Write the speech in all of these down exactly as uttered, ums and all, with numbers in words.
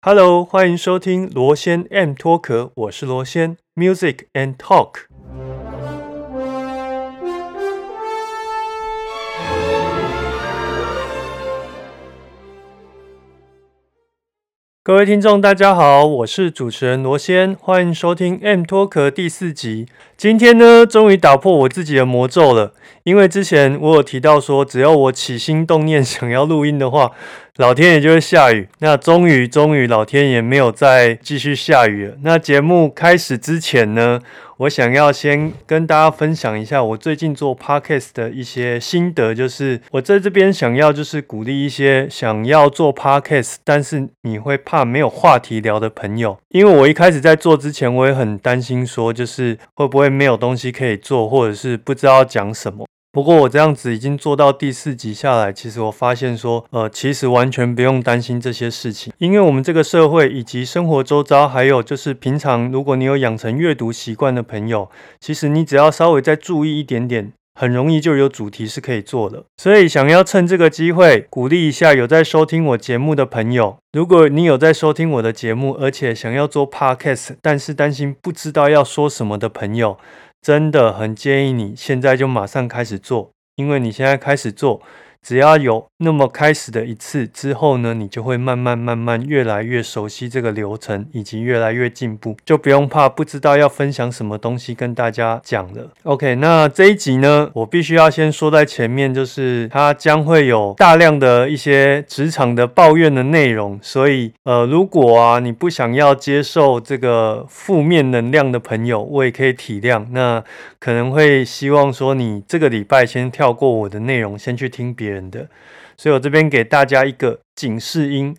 Hello，欢迎收听罗先 M 脱壳，我是罗先 Music and Talk。各位听众，大家好，我是主持人罗先，欢迎收听 M 脱壳第四集。今天呢，终于打破我自己的魔咒了，因为之前我有提到说，只要我起心动念想要录音的话，老天爷就会下雨。那终于，终于老天爷没有再继续下雨了。那节目开始之前呢，我想要先跟大家分享一下我最近做 podcast 的一些心得，就是我在这边想要就是鼓励一些想要做 podcast 但是你会怕没有话题聊的朋友，因为我一开始在做之前我也很担心说就是会不会没有东西可以做，或者是不知道讲什么。不过我这样子已经做到第四集下来，其实我发现说，呃，其实完全不用担心这些事情，因为我们这个社会以及生活周遭，还有就是平常如果你有养成阅读习惯的朋友，其实你只要稍微再注意一点点，很容易就有主题是可以做的。所以想要趁这个机会鼓励一下有在收听我节目的朋友，如果你有在收听我的节目，而且想要做 podcast， 但是担心不知道要说什么的朋友，真的很建议你现在就马上开始做，因为你现在开始做，只要有那么开始的一次之后呢，你就会慢慢慢慢越来越熟悉这个流程，以及越来越进步，就不用怕不知道要分享什么东西跟大家讲了。OK， 那这一集呢，我必须要先说在前面，就是它将会有大量的一些职场的抱怨的内容，所以呃，如果啊你不想要接受这个负面能量的朋友，我也可以体谅，那可能会希望说你这个礼拜先跳过我的内容，先去听别人的，所以我这边给大家一个警示音。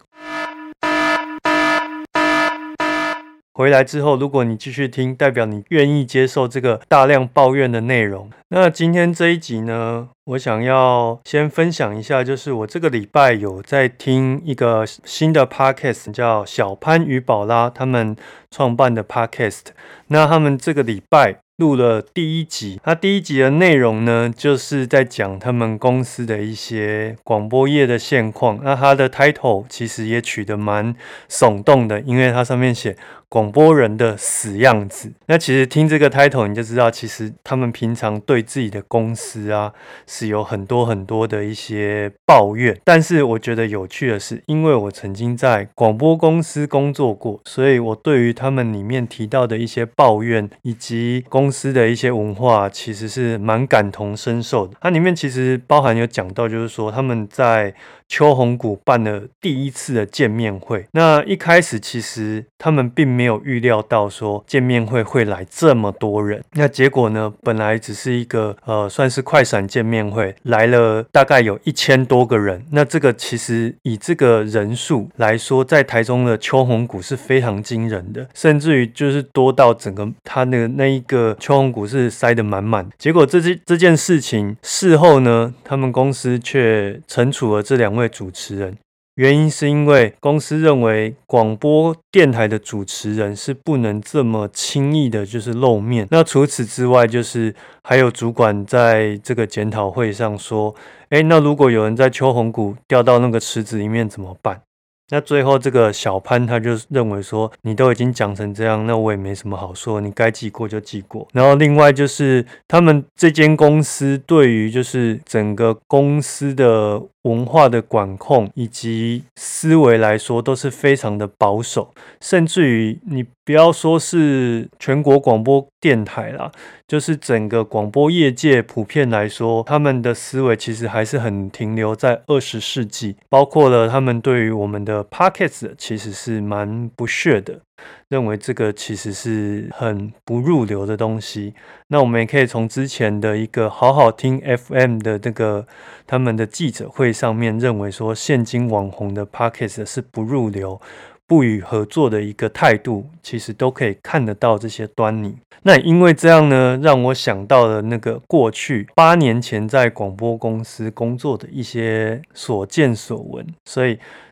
回来之后，如果你继续听，代表你愿意接受这个大量抱怨的内容。那今天这一集呢，我想要先分享一下，就是我这个礼拜有在听一个新的 podcast， 叫小潘与宝拉他们创办的 podcast。那他们这个礼拜录了第一集，那第一集的内容呢，就是在讲他们公司的一些广播业的现况。那它的 title 其实也取得蛮耸动的，因为它上面写广播人的死样子。那其实听这个 title 你就知道，其实他们平常对自己的公司啊是有很多很多的一些抱怨。但是我觉得有趣的是，因为我曾经在广播公司工作过，所以我对于他们里面提到的一些抱怨以及公司的一些文化，其实是蛮感同身受的。它里面其实包含有讲到，就是说他们在秋红谷办了第一次的见面会。那一开始其实他们并没有预料到说见面会会来这么多人。那结果呢，本来只是一个呃算是快闪见面会，来了大概有一千多个人。那这个其实以这个人数来说，在台中的秋红谷是非常惊人的，甚至于就是多到整个他的那一个秋红谷是塞得满满。结果这这件事情事后呢，他们公司却惩处了这两位主持人。原因是因为公司认为广播电台的主持人是不能这么轻易的就是露面。那除此之外，就是还有主管在这个检讨会上说，诶，那如果有人在秋红谷掉到那个池子里面怎么办？那最后这个小潘他就认为说，你都已经讲成这样，那我也没什么好说，你该记过就记过。然后另外就是他们这间公司对于就是整个公司的文化的管控以及思维来说都是非常的保守，甚至于你不要说是全国广播电台啦，就是整个广播业界普遍来说，他们的思维其实还是很停留在二十世纪，包括了他们对于我们的 podcast 其实是蛮不屑的，认为这个其实是很不入流的东西。那我们也可以从之前的一个好好听 F M 的那个他们的记者会上面认为说，现今网红的 podcast 是不入流不予合作的一个态度，其实都可以看得到这些端倪。那因为这样呢，让我想到了那个过去八年前在广播公司工作的一些所见所闻，所以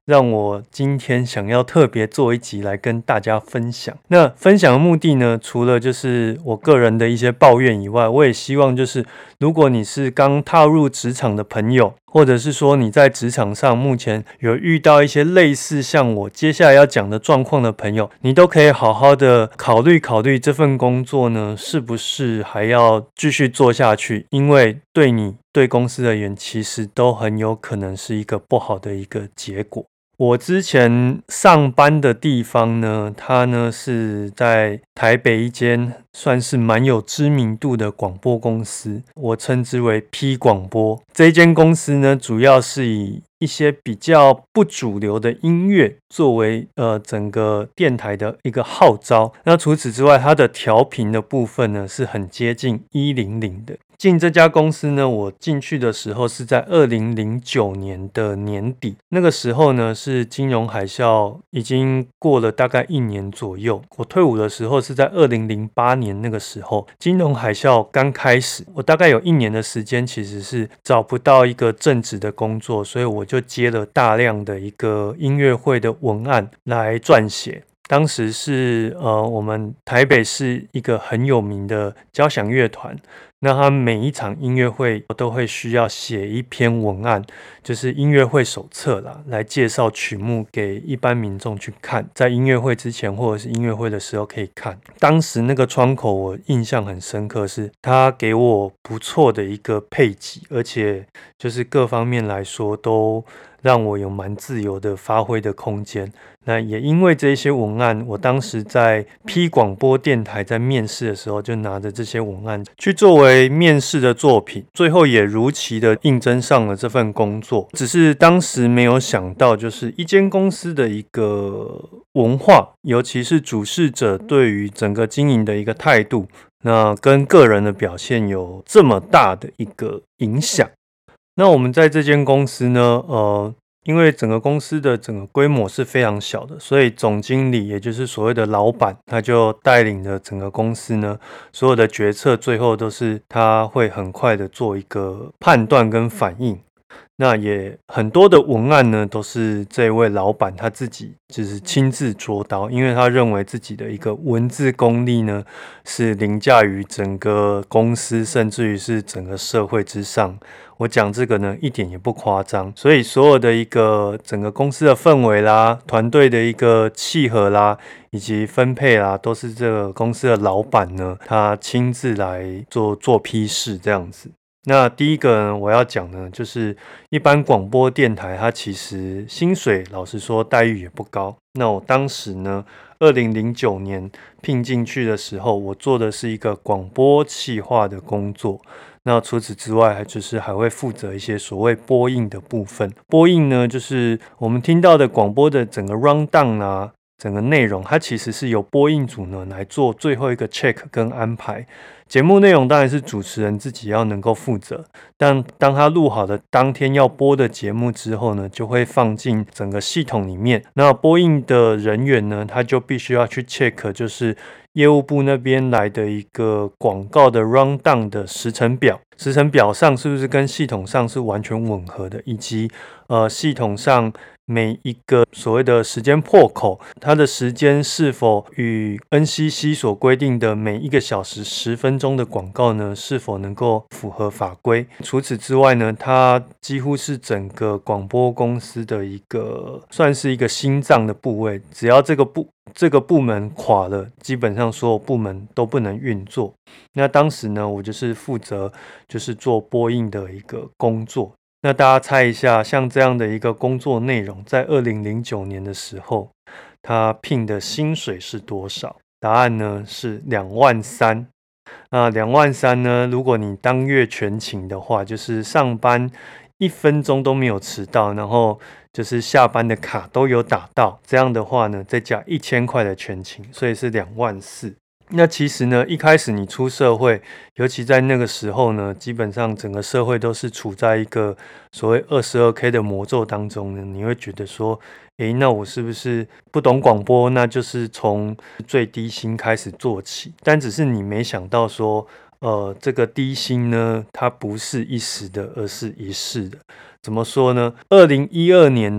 让我今天想要特别做一集来跟大家分享。那分享的目的呢，除了就是我个人的一些抱怨以外，我也希望就是如果你是刚踏入职场的朋友，或者是说你在职场上目前有遇到一些类似像我接下来要讲的状况的朋友，你都可以好好的考虑考虑这份工作呢，是不是还要继续做下去，因为对你对公司而言其实都很有可能是一个不好的一个结果。我之前上班的地方呢，它呢是在台北一间算是蛮有知名度的广播公司，我称之为 P 广播。这一间公司呢，主要是以一些比较不主流的音乐作为呃整个电台的一个号召。那除此之外，它的调频的部分呢是很接近一零零的。进这家公司呢，我进去的时候是在二零零九年的年底，那个时候呢是金融海啸已经过了大概一年左右。我退伍的时候是在二零零八年，那个时候金融海啸刚开始，我大概有一年的时间其实是找不到一个正职的工作，所以我就接了大量的一个音乐会的文案来撰写。当时是呃，我们台北是一个很有名的交响乐团，那他每一场音乐会都会需要写一篇文案，就是音乐会手册啦，来介绍曲目给一般民众去看，在音乐会之前或者是音乐会的时候可以看。当时那个窗口我印象很深刻，是他给我不错的一个配给，而且就是各方面来说都让我有蛮自由的发挥的空间。那也因为这些文案，我当时在 P 广播电台在面试的时候，就拿着这些文案去作为面试的作品，最后也如期的应征上了这份工作。只是当时没有想到，就是一间公司的一个文化，尤其是主事者对于整个经营的一个态度，那跟个人的表现有这么大的一个影响。那我们在这间公司呢，呃，因为整个公司的整个规模是非常小的，所以总经理也就是所谓的老板，他就带领着整个公司呢，所有的决策最后都是他会很快的做一个判断跟反应。那也很多的文案呢，都是这位老板他自己就是亲自捉刀，因为他认为自己的一个文字功力呢，是凌驾于整个公司，甚至于是整个社会之上。我讲这个呢，一点也不夸张。所以所有的一个整个公司的氛围啦，团队的一个契合啦，以及分配啦，都是这个公司的老板呢，他亲自来做做批示这样子。那第一个呢，我要讲呢，就是一般广播电台，它其实薪水老实说待遇也不高。那我当时呢，二零零九年聘进去的时候，我做的是一个广播企划的工作。那除此之外，就是还会负责一些所谓播映的部分。播映呢，就是我们听到的广播的整个 rundown 啊，整个内容，它其实是由播映组呢来做最后一个 check 跟安排。节目内容当然是主持人自己要能够负责，但当他录好的当天要播的节目之后呢，就会放进整个系统里面。那播映的人员呢，他就必须要去 check， 就是业务部那边来的一个广告的 rundown 的时程表，时程表上是不是跟系统上是完全吻合的，以及呃系统上每一个所谓的时间破口，它的时间是否与 N C C 所规定的每一个小时十分钟的广告呢，是否能够符合法规？除此之外呢，它几乎是整个广播公司的一个算是一个心脏的部位，只要这个部这个部门垮了，基本上所有部门都不能运作。那当时呢，我就是负责就是做播映的一个工作。那大家猜一下，像这样的一个工作内容，在二零零九年的时候，他聘的薪水是多少？答案呢是两万三。那两万三呢，如果你当月全勤的话，就是上班一分钟都没有迟到，然后就是下班的卡都有打到，这样的话呢，再加一千块的全勤，所以是两万四。那其实呢，一开始你出社会，尤其在那个时候呢，基本上整个社会都是处在一个所谓 二十二 K 的魔咒当中呢。你会觉得说，诶，那我是不是不懂广播？那就是从最低薪开始做起。但只是你没想到说，呃，这个低薪呢，它不是一时的，而是一世的。怎么说呢？二零一二年呢，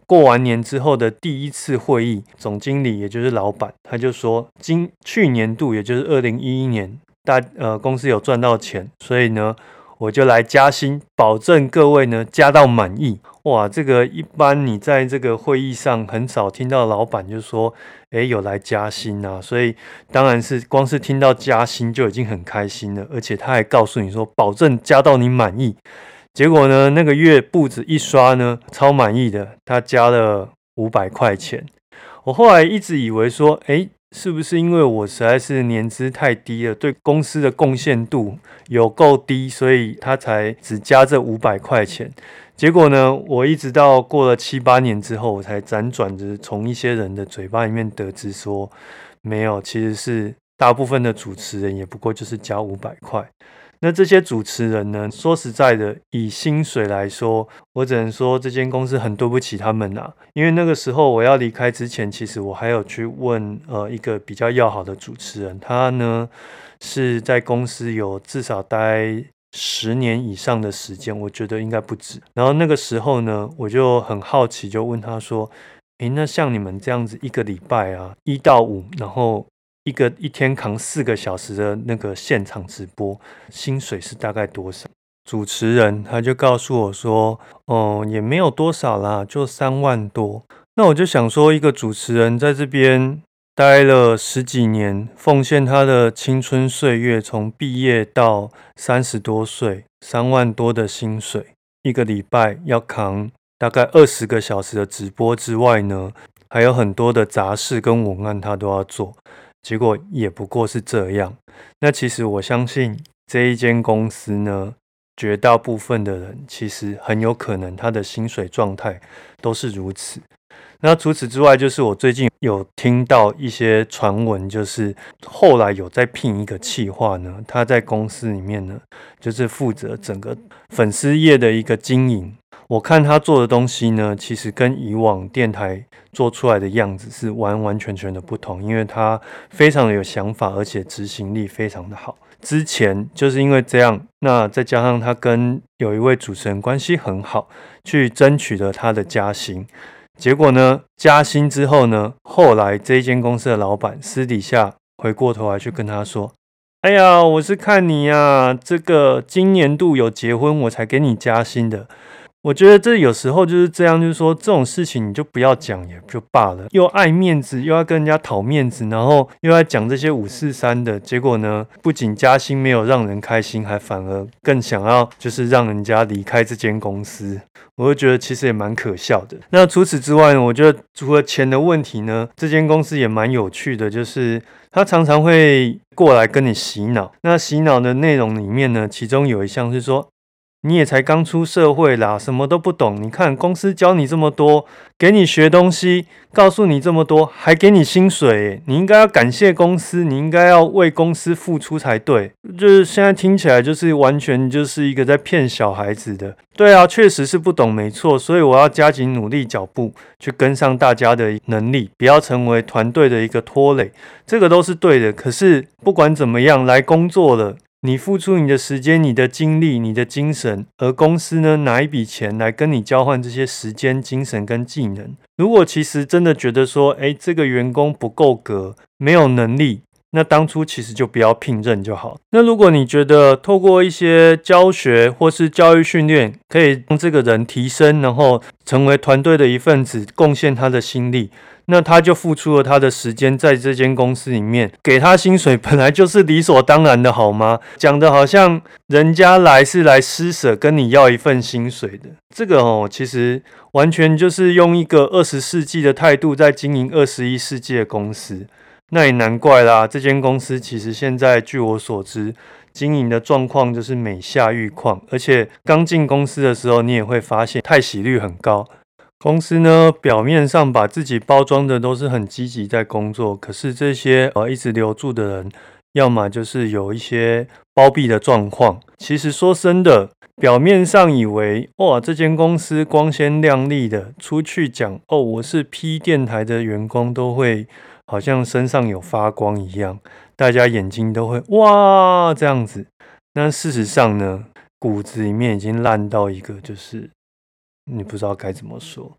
过完年之后的第一次会议，总经理也就是老板，他就说，今去年度也就是二零一一年，大呃公司有赚到钱，所以呢，我就来加薪，保证各位呢加到满意。哇，这个一般你在这个会议上很少听到老板就说，诶，有来加薪啊，所以当然是光是听到加薪就已经很开心了，而且他还告诉你说，保证加到你满意。结果呢，那个月簿子一刷呢，超满意的，他加了五百块钱。我后来一直以为说，诶，是不是因为我实在是年资太低了，对公司的贡献度有够低，所以他才只加这五百块钱？结果呢，我一直到过了七八年之后，我才辗转着从一些人的嘴巴里面得知说，没有，其实是大部分的主持人也不过就是加五百块。那这些主持人呢，说实在的，以薪水来说，我只能说这间公司很对不起他们啊。因为那个时候我要离开之前，其实我还有去问呃一个比较要好的主持人，他呢是在公司有至少待十年以上的时间，我觉得应该不止。然后那个时候呢，我就很好奇，就问他说：诶，那像你们这样子一个礼拜啊，一到五，然后一个一天扛四个小时的那个现场直播，薪水是大概多少？主持人他就告诉我说，哦，也没有多少啦，就三万多。那我就想说，一个主持人在这边待了十几年，奉献他的青春岁月，从毕业到三十多岁，三万多的薪水，一个礼拜要扛大概二十个小时的直播之外呢，还有很多的杂事跟文案他都要做。结果也不过是这样。那其实我相信这一间公司呢，绝大部分的人其实很有可能他的薪水状态都是如此。那除此之外，就是我最近有听到一些传闻，就是后来有在聘一个企划呢，他在公司里面呢，就是负责整个粉丝页的一个经营。我看他做的东西呢，其实跟以往电台做出来的样子是完完全全的不同，因为他非常的有想法，而且执行力非常的好。之前就是因为这样，那再加上他跟有一位主持人关系很好，去争取了他的加薪。结果呢，加薪之后呢，后来这一间公司的老板私底下回过头来去跟他说：哎呀，我是看你啊，这个今年度有结婚，我才给你加薪的。我觉得这有时候就是这样，就是说这种事情你就不要讲也就罢了，又爱面子，又要跟人家讨面子，然后又要讲这些五四三的，结果呢，不仅加薪没有让人开心，还反而更想要就是让人家离开这间公司。我就觉得其实也蛮可笑的。那除此之外呢，我觉得除了钱的问题呢，这间公司也蛮有趣的，就是他常常会过来跟你洗脑。那洗脑的内容里面呢，其中有一项是说，你也才刚出社会啦，什么都不懂。你看公司教你这么多，给你学东西，告诉你这么多，还给你薪水，你应该要感谢公司，你应该要为公司付出才对。就是现在听起来就是完全就是一个在骗小孩子的。对啊，确实是不懂没错，所以我要加紧努力脚步，去跟上大家的能力，不要成为团队的一个拖累。这个都是对的。可是不管怎么样，来工作了。你付出你的时间、你的精力、你的精神，而公司呢拿一笔钱来跟你交换这些时间、精神跟技能。如果其实真的觉得说，诶，这个员工不够格，没有能力，那当初其实就不要聘任就好。那如果你觉得透过一些教学或是教育训练，可以让这个人提升，然后成为团队的一份子，贡献他的心力，那他就付出了他的时间在这间公司里面，给他薪水本来就是理所当然的好吗？讲的好像人家来是来施舍跟你要一份薪水的，这个哦，其实完全就是用一个二十世纪的态度在经营二十一世纪的公司。那也难怪啦，这间公司其实现在据我所知，经营的状况就是每下愈况，而且刚进公司的时候，你也会发现汰洗率很高。公司呢，表面上把自己包装的都是很积极在工作，可是这些呃一直留住的人，要么就是有一些包庇的状况。其实说真的，表面上以为哇这间公司光鲜亮丽的，出去讲哦我是 P 电台的员工，都会好像身上有发光一样，大家眼睛都会哇这样子。那事实上呢，骨子里面已经烂到一个就是。你不知道该怎么说。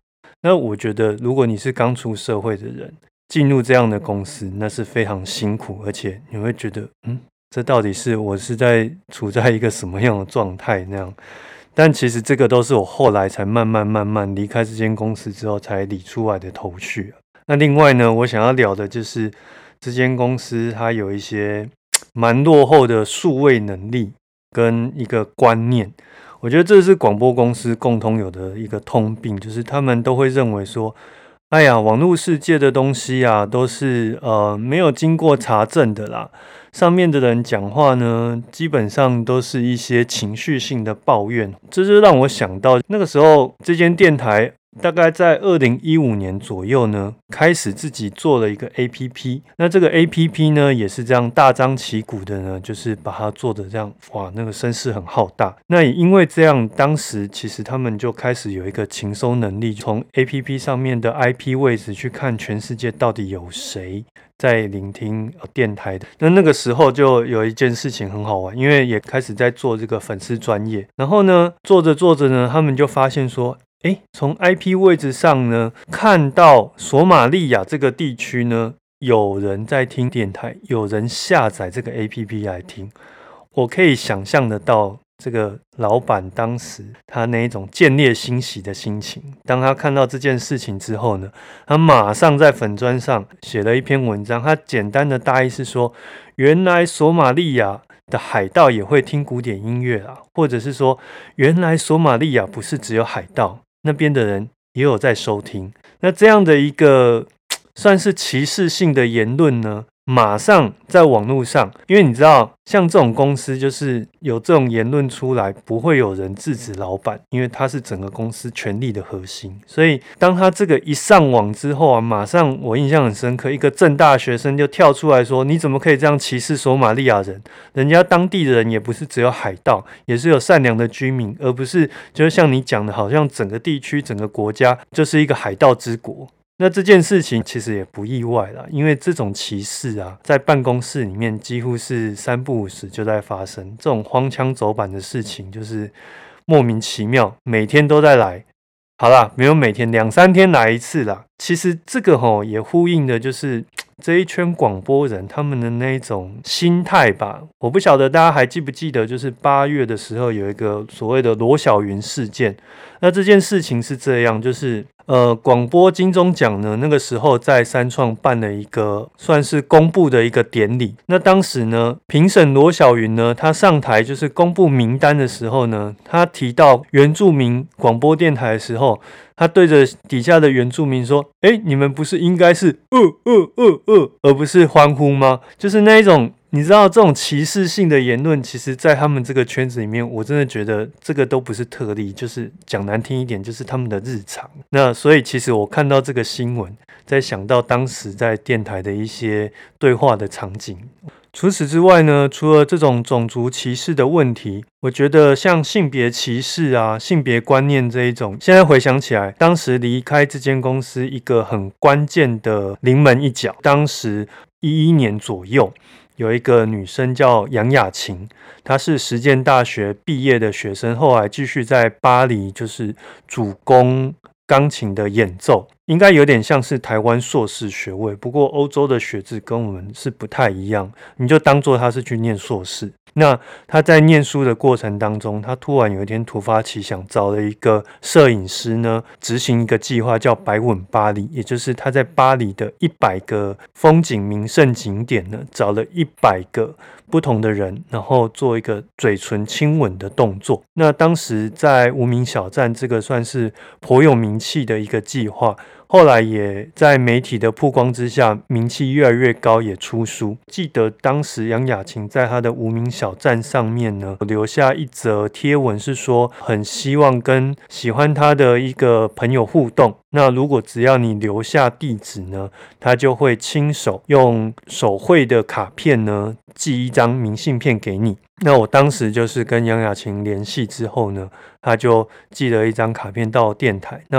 那我觉得如果你是刚出社会的人，进入这样的公司，那是非常辛苦，而且你会觉得嗯，这到底是我是在处在一个什么样的状态那样。但其实这个都是我后来才慢慢慢慢离开这间公司之后才理出来的头绪。那另外呢，我想要聊的就是这间公司它有一些蛮落后的数位能力跟一个观念。我觉得这是广播公司共通有的一个通病，就是他们都会认为说，哎呀，网络世界的东西啊，都是呃没有经过查证的啦。上面的人讲话呢，基本上都是一些情绪性的抱怨，这就让我想到那个时候这间电台大概在二零一五年左右呢，开始自己做了一个 A P P。那这个 A P P 呢，也是这样大张旗鼓的呢，就是把它做的这样，哇，那个声势很浩大。那也因为这样，当时其实他们就开始有一个情搜能力，从 A P P 上面的 I P 位置去看全世界到底有谁在聆听电台的。那那个时候就有一件事情很好玩，因为也开始在做这个粉丝专页，然后呢，做着做着呢，他们就发现说，诶，从 I P 位置上呢，看到索马利亚这个地区呢，有人在听电台，有人下载这个 A P P 来听。我可以想象得到这个老板当时他那一种见猎欣喜的心情。当他看到这件事情之后呢，他马上在粉专上写了一篇文章，他简单的大意是说，原来索马利亚的海盗也会听古典音乐啊，或者是说，原来索马利亚不是只有海盗，那边的人也有在收听。那这样的一个算是歧视性的言论呢，马上在网络上，因为你知道像这种公司就是有这种言论出来，不会有人制止老板，因为他是整个公司权力的核心。所以当他这个一上网之后啊，马上我印象很深刻，一个政大学生就跳出来说，你怎么可以这样歧视索马利亚人？人家当地的人也不是只有海盗，也是有善良的居民，而不是就像你讲的，好像整个地区整个国家就是一个海盗之国。那这件事情其实也不意外啦，因为这种歧视啊，在办公室里面几乎是三不五时就在发生。这种荒腔走板的事情，就是莫名其妙，每天都在来。好啦，没有每天，两三天来一次啦。其实这个吼也呼应的就是这一圈广播人他们的那一种心态吧。我不晓得大家还记不记得，就是八月的时候有一个所谓的罗小云事件。那这件事情是这样，就是呃，广播金钟奖呢，那个时候在三创办了一个算是公布的一个典礼。那当时呢，评审罗小云呢，他上台就是公布名单的时候呢，他提到原住民广播电台的时候，他对着底下的原住民说：“哎，你们不是应该是呃呃呃呃，而不是欢呼吗？”就是那一种。你知道这种歧视性的言论，其实在他们这个圈子里面，我真的觉得这个都不是特例，就是讲难听一点，就是他们的日常。那所以其实我看到这个新闻，在想到当时在电台的一些对话的场景。除此之外呢，除了这种种族歧视的问题，我觉得像性别歧视啊、性别观念这一种，现在回想起来，当时离开这间公司一个很关键的临门一脚，当时一一年左右。有一个女生叫杨雅琴，她是实践大学毕业的学生，后来继续在巴黎就是主攻钢琴的演奏，应该有点像是台湾硕士学位，不过欧洲的学制跟我们是不太一样，你就当做她是去念硕士。那他在念书的过程当中，他突然有一天突发奇想，找了一个摄影师呢，执行一个计划叫百吻巴黎，也就是他在巴黎的一百个风景名胜景点呢，找了一百个不同的人，然后做一个嘴唇亲吻的动作。那当时在无名小站这个算是颇有名气的一个计划，后来也在媒体的曝光之下，名气越来越高，也出书。记得当时杨雅琴在她的无名小站上面呢，留下一则贴文，是说很希望跟喜欢她的一个朋友互动。那如果只要你留下地址呢，她就会亲手用手绘的卡片呢，寄一张明信片给你。那我当时就是跟杨雅琴联系之后呢，她就寄了一张卡片到电台。那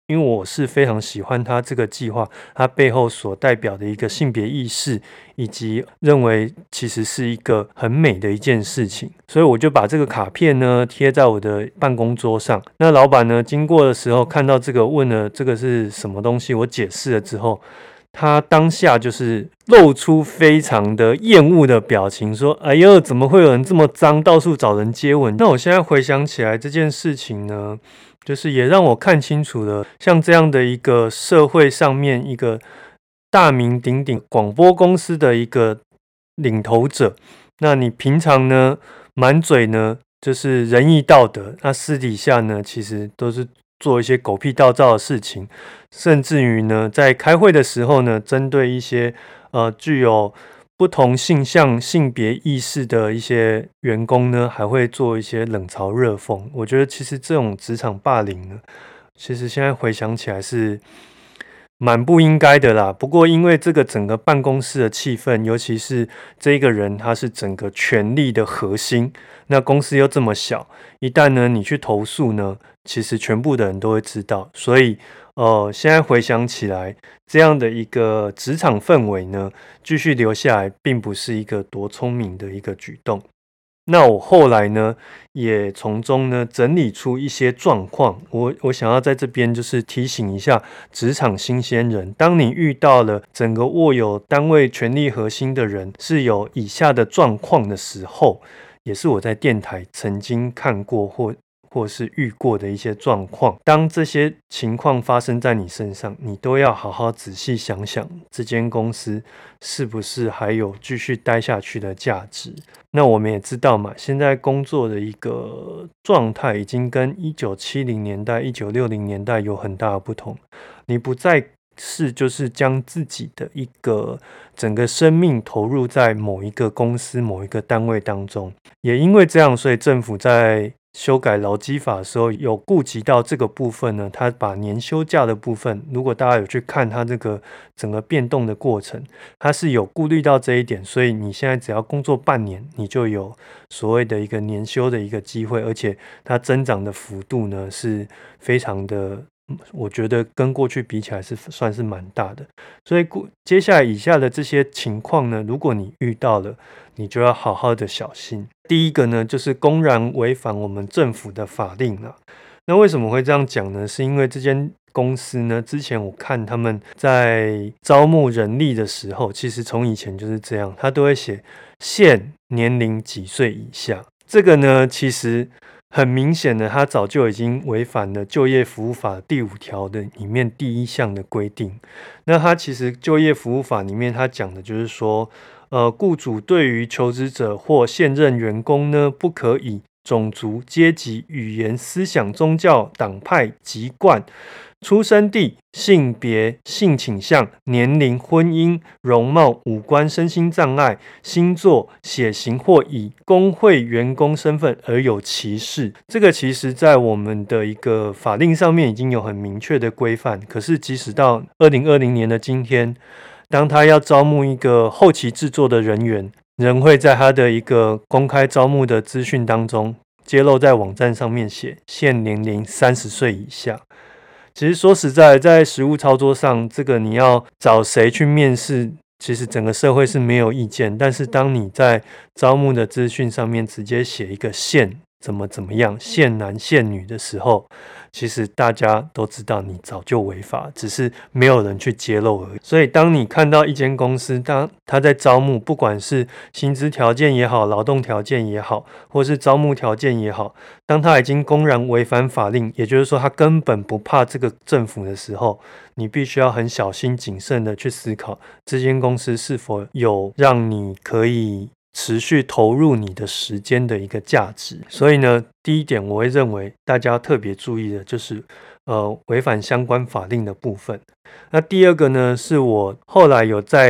因为我是非常喜欢他这个计划，它背后所代表的一个性别意识，以及认为其实是一个很美的一件事情，所以我就把这个卡片呢贴在我的办公桌上。那老板呢经过的时候看到这个，问了这个是什么东西，我解释了之后，他当下就是露出非常的厌恶的表情，说：哎呦，怎么会有人这么脏，到处找人接吻？那我现在回想起来这件事情呢，就是也让我看清楚了，像这样的一个社会上面一个大名鼎鼎广播公司的一个领头者，那你平常呢满嘴呢就是仁义道德，那私底下呢其实都是做一些狗屁倒灶的事情，甚至于呢在开会的时候呢，针对一些呃具有不同性向、性别意识的一些员工呢，还会做一些冷嘲热讽。我觉得其实这种职场霸凌呢，其实现在回想起来是蛮不应该的啦。不过因为这个整个办公室的气氛，尤其是这个人他是整个权力的核心，那公司又这么小，一旦呢你去投诉呢，其实全部的人都会知道。所以呃，现在回想起来，这样的一个职场氛围呢，继续留下来，并不是一个多聪明的一个举动。那我后来呢，也从中呢整理出一些状况，我我想要在这边就是提醒一下职场新鲜人，当你遇到了整个握有单位权力核心的人是有以下的状况的时候，也是我在电台曾经看过或或是遇过的一些状况。当这些情况发生在你身上，你都要好好仔细想想，这间公司是不是还有继续待下去的价值。那我们也知道嘛，现在工作的一个状态已经跟一九七零年代、一九六零年代有很大的不同。你不再是就是将自己的一个整个生命投入在某一个公司、某一个单位当中。也因为这样，所以政府在修改劳基法的时候有顾及到这个部分呢，他把年休假的部分，如果大家有去看他这个整个变动的过程，他是有顾虑到这一点，所以你现在只要工作半年，你就有所谓的一个年休的一个机会，而且它增长的幅度呢是非常的，我觉得跟过去比起来是算是蛮大的。所以接下来以下的这些情况呢，如果你遇到了，你就要好好的小心。第一个呢，就是公然违反我们政府的法令啦。那为什么会这样讲呢？是因为这间公司呢，之前我看他们在招募人力的时候，其实从以前就是这样，他都会写限年龄几岁以下。这个呢，其实很明显的，他早就已经违反了就业服务法第五条的里面第一项的规定。那他其实就业服务法里面他讲的就是说，呃，雇主对于求职者或现任员工呢，不可以种族、阶级、语言、思想、宗教、党派、籍贯、出生地、性别、性倾向、年龄、婚姻、容貌、五官、身心障碍、星座、血型或以工会员工身份而有歧视。这个其实在我们的一个法令上面已经有很明确的规范，可是即使到二零二零年的今天，当他要招募一个后期制作的人员，仍会在他的一个公开招募的资讯当中揭露在网站上面写限年龄三十岁以下。其实说实在，在实务操作上，这个你要找谁去面试，其实整个社会是没有意见。但是当你在招募的资讯上面直接写一个限怎么怎么样，限男限女的时候，其实大家都知道你早就违法，只是没有人去揭露而已。所以当你看到一间公司，当他在招募，不管是薪资条件也好，劳动条件也好，或是招募条件也好，当他已经公然违反法令，也就是说他根本不怕这个政府的时候，你必须要很小心谨慎的去思考，这间公司是否有让你可以持续投入你的时间的一个价值。所以呢，第一点我会认为大家特别注意的就是呃违反相关法令的部分。那第二个呢，是我后来有在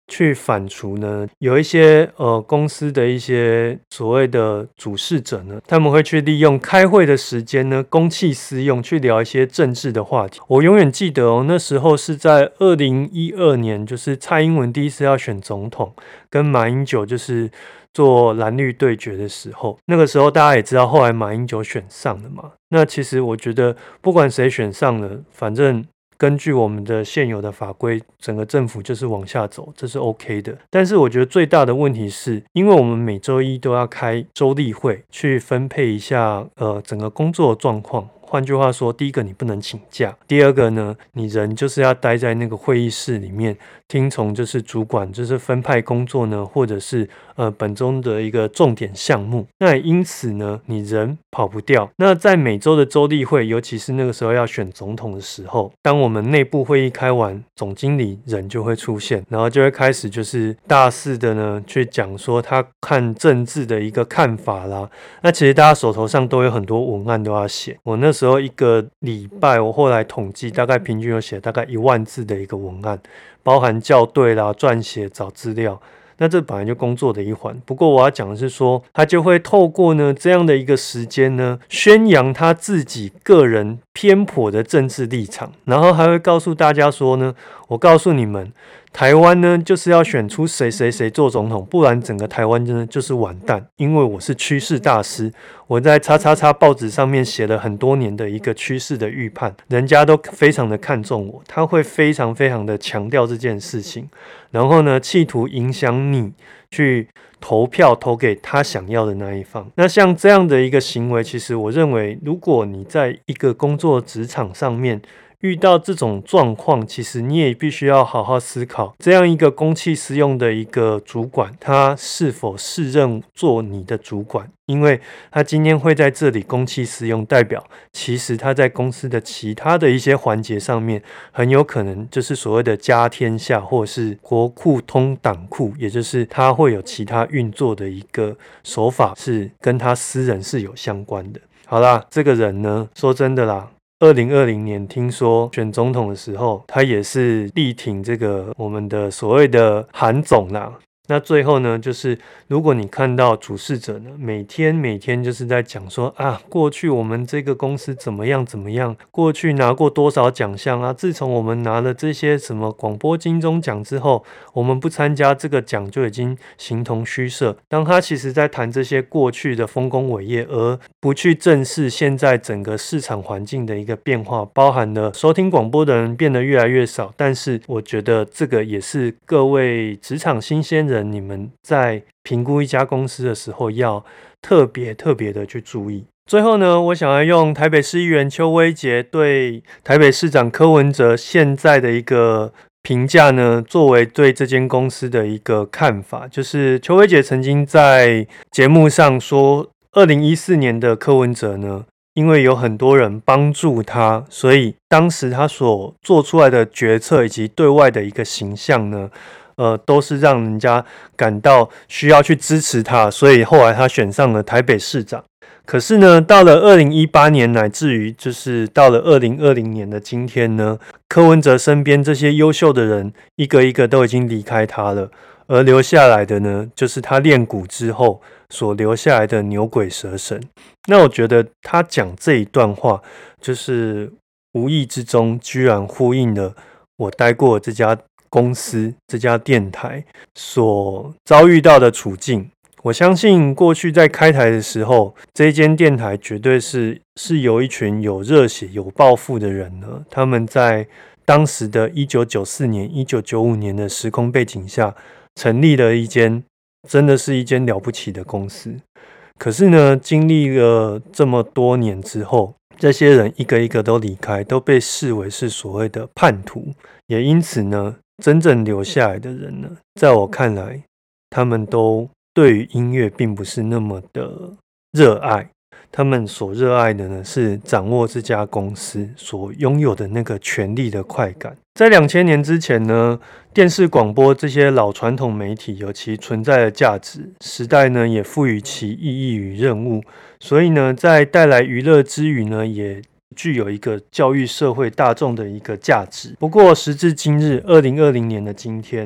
去反刍呢，有一些呃公司的一些所谓的主事者呢，他们会去利用开会的时间呢，公器私用，去聊一些政治的话题。我永远记得哦，那时候是在二零一二年，就是蔡英文第一次要选总统，跟马英九就是做蓝绿对决的时候，那个时候大家也知道，后来马英九选上了嘛。那其实我觉得，不管谁选上了，反正根据我们的现有的法规，整个政府就是往下走，这是 OK 的。但是我觉得最大的问题是，因为我们每周一都要开周例会，去分配一下呃整个工作的状况。换句话说，第一个你不能请假，第二个呢，你人就是要待在那个会议室里面，听从就是主管就是分派工作呢，或者是呃本周的一个重点项目。那也因此呢，你人跑不掉。那在每周的周例会，尤其是那个时候要选总统的时候，当我们内部会议开完，总经理人就会出现，然后就会开始就是大肆的呢去讲说他看政治的一个看法啦。那其实大家手头上都有很多文案都要写，我那时候一个礼拜，我后来统计大概平均有写大概一万字的一个文案，包含校对啦、撰写、找资料。那这本来就工作的一环，不过我要讲的是说，他就会透过呢这样的一个时间呢，宣扬他自己个人偏颇的政治立场，然后还会告诉大家说呢，我告诉你们，台湾呢就是要选出谁谁谁做总统，不然整个台湾真的就是完蛋。因为我是趋势大师，我在叉叉叉报纸上面写了很多年的一个趋势的预判，人家都非常的看重我，他会非常非常的强调这件事情，然后呢，企图影响你去投票投给他想要的那一方。那像这样的一个行为，其实我认为，如果你在一个工作职场上面遇到这种状况，其实你也必须要好好思考，这样一个公器私用的一个主管，他是否适任做你的主管？因为他今天会在这里公器私用，代表其实他在公司的其他的一些环节上面，很有可能就是所谓的家天下，或是国库通党库，也就是他会有其他运作的一个手法，是跟他私人是有相关的。好啦，这个人呢，说真的啦，二零二零年听说选总统的时候，他也是力挺这个我们的所谓的韩总啦。那最后呢，就是如果你看到主事者呢，每天每天就是在讲说啊，过去我们这个公司怎么样怎么样，过去拿过多少奖项啊，自从我们拿了这些什么广播金钟奖之后，我们不参加这个奖就已经形同虚设。当他其实在谈这些过去的丰功伟业，而不去正视现在整个市场环境的一个变化，包含了收听广播的人变得越来越少，但是我觉得这个也是各位职场新鲜人，你们在评估一家公司的时候要特别特别的去注意。最后呢，我想要用台北市议员邱威杰对台北市长柯文哲现在的一个评价呢，作为对这间公司的一个看法。就是邱威杰曾经在节目上说，二零一四年的柯文哲呢，因为有很多人帮助他，所以当时他所做出来的决策以及对外的一个形象呢，呃，都是让人家感到需要去支持他，所以后来他选上了台北市长。可是呢，到了二零一八年，乃至于就是到了二零二零年的今天呢，柯文哲身边这些优秀的人，一个一个都已经离开他了，而留下来的呢，就是他练鼓之后所留下来的牛鬼蛇神。那我觉得他讲这一段话，就是无意之中居然呼应了我待过这家公司、这家电台所遭遇到的处境。我相信过去在开台的时候，这间电台绝对是是由一群有热血、有抱负的人呢，他们在当时的一九九四年、一九九五年的时空背景下，成立了一间真的是一间了不起的公司。可是呢，经历了这么多年之后，这些人一个一个都离开，都被视为是所谓的叛徒。也因此呢，真正留下来的人呢，在我看来，他们都对于音乐并不是那么的热爱，他们所热爱的呢是掌握这家公司所拥有的那个权力的快感。在两千年之前呢，电视广播这些老传统媒体有其存在的价值，时代呢也赋予其意义与任务，所以呢，在带来娱乐之余呢，也具有一个教育社会大众的一个价值。不过时至今日，二零二零年的今天，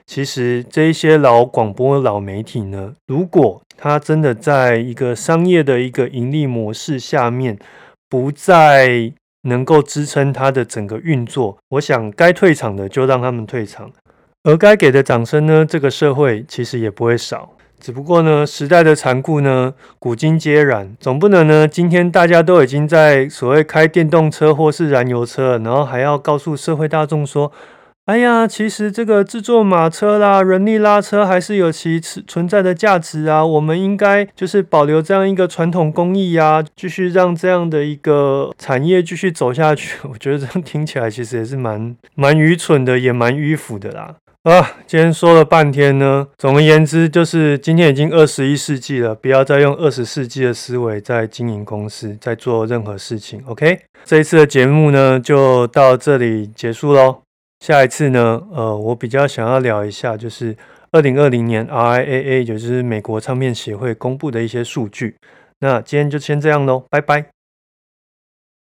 其实这一些老广播老媒体呢，如果它真的在一个商业的一个盈利模式下面，不再能够支撑它的整个运作，我想该退场的就让他们退场，而该给的掌声呢，这个社会其实也不会少。只不过呢，时代的残酷呢，古今皆然，总不能呢，今天大家都已经在所谓开电动车或是燃油车，然后还要告诉社会大众说，哎呀，其实这个制作马车啦、人力拉车还是有其存在的价值啊。我们应该就是保留这样一个传统工艺啊，继续让这样的一个产业继续走下去。我觉得这样听起来其实也是蛮蛮愚蠢的，也蛮迂腐的啦。啊，今天说了半天呢，总而言之就是今天已经二十一世纪了，不要再用二十世纪的思维在经营公司，在做任何事情。OK， 这一次的节目呢就到这里结束咯。下一次呢，呃，我比较想要聊一下，就是二零二零年 R I A A， 也就是美国唱片协会公布的一些数据。那今天就先这样咯，拜拜。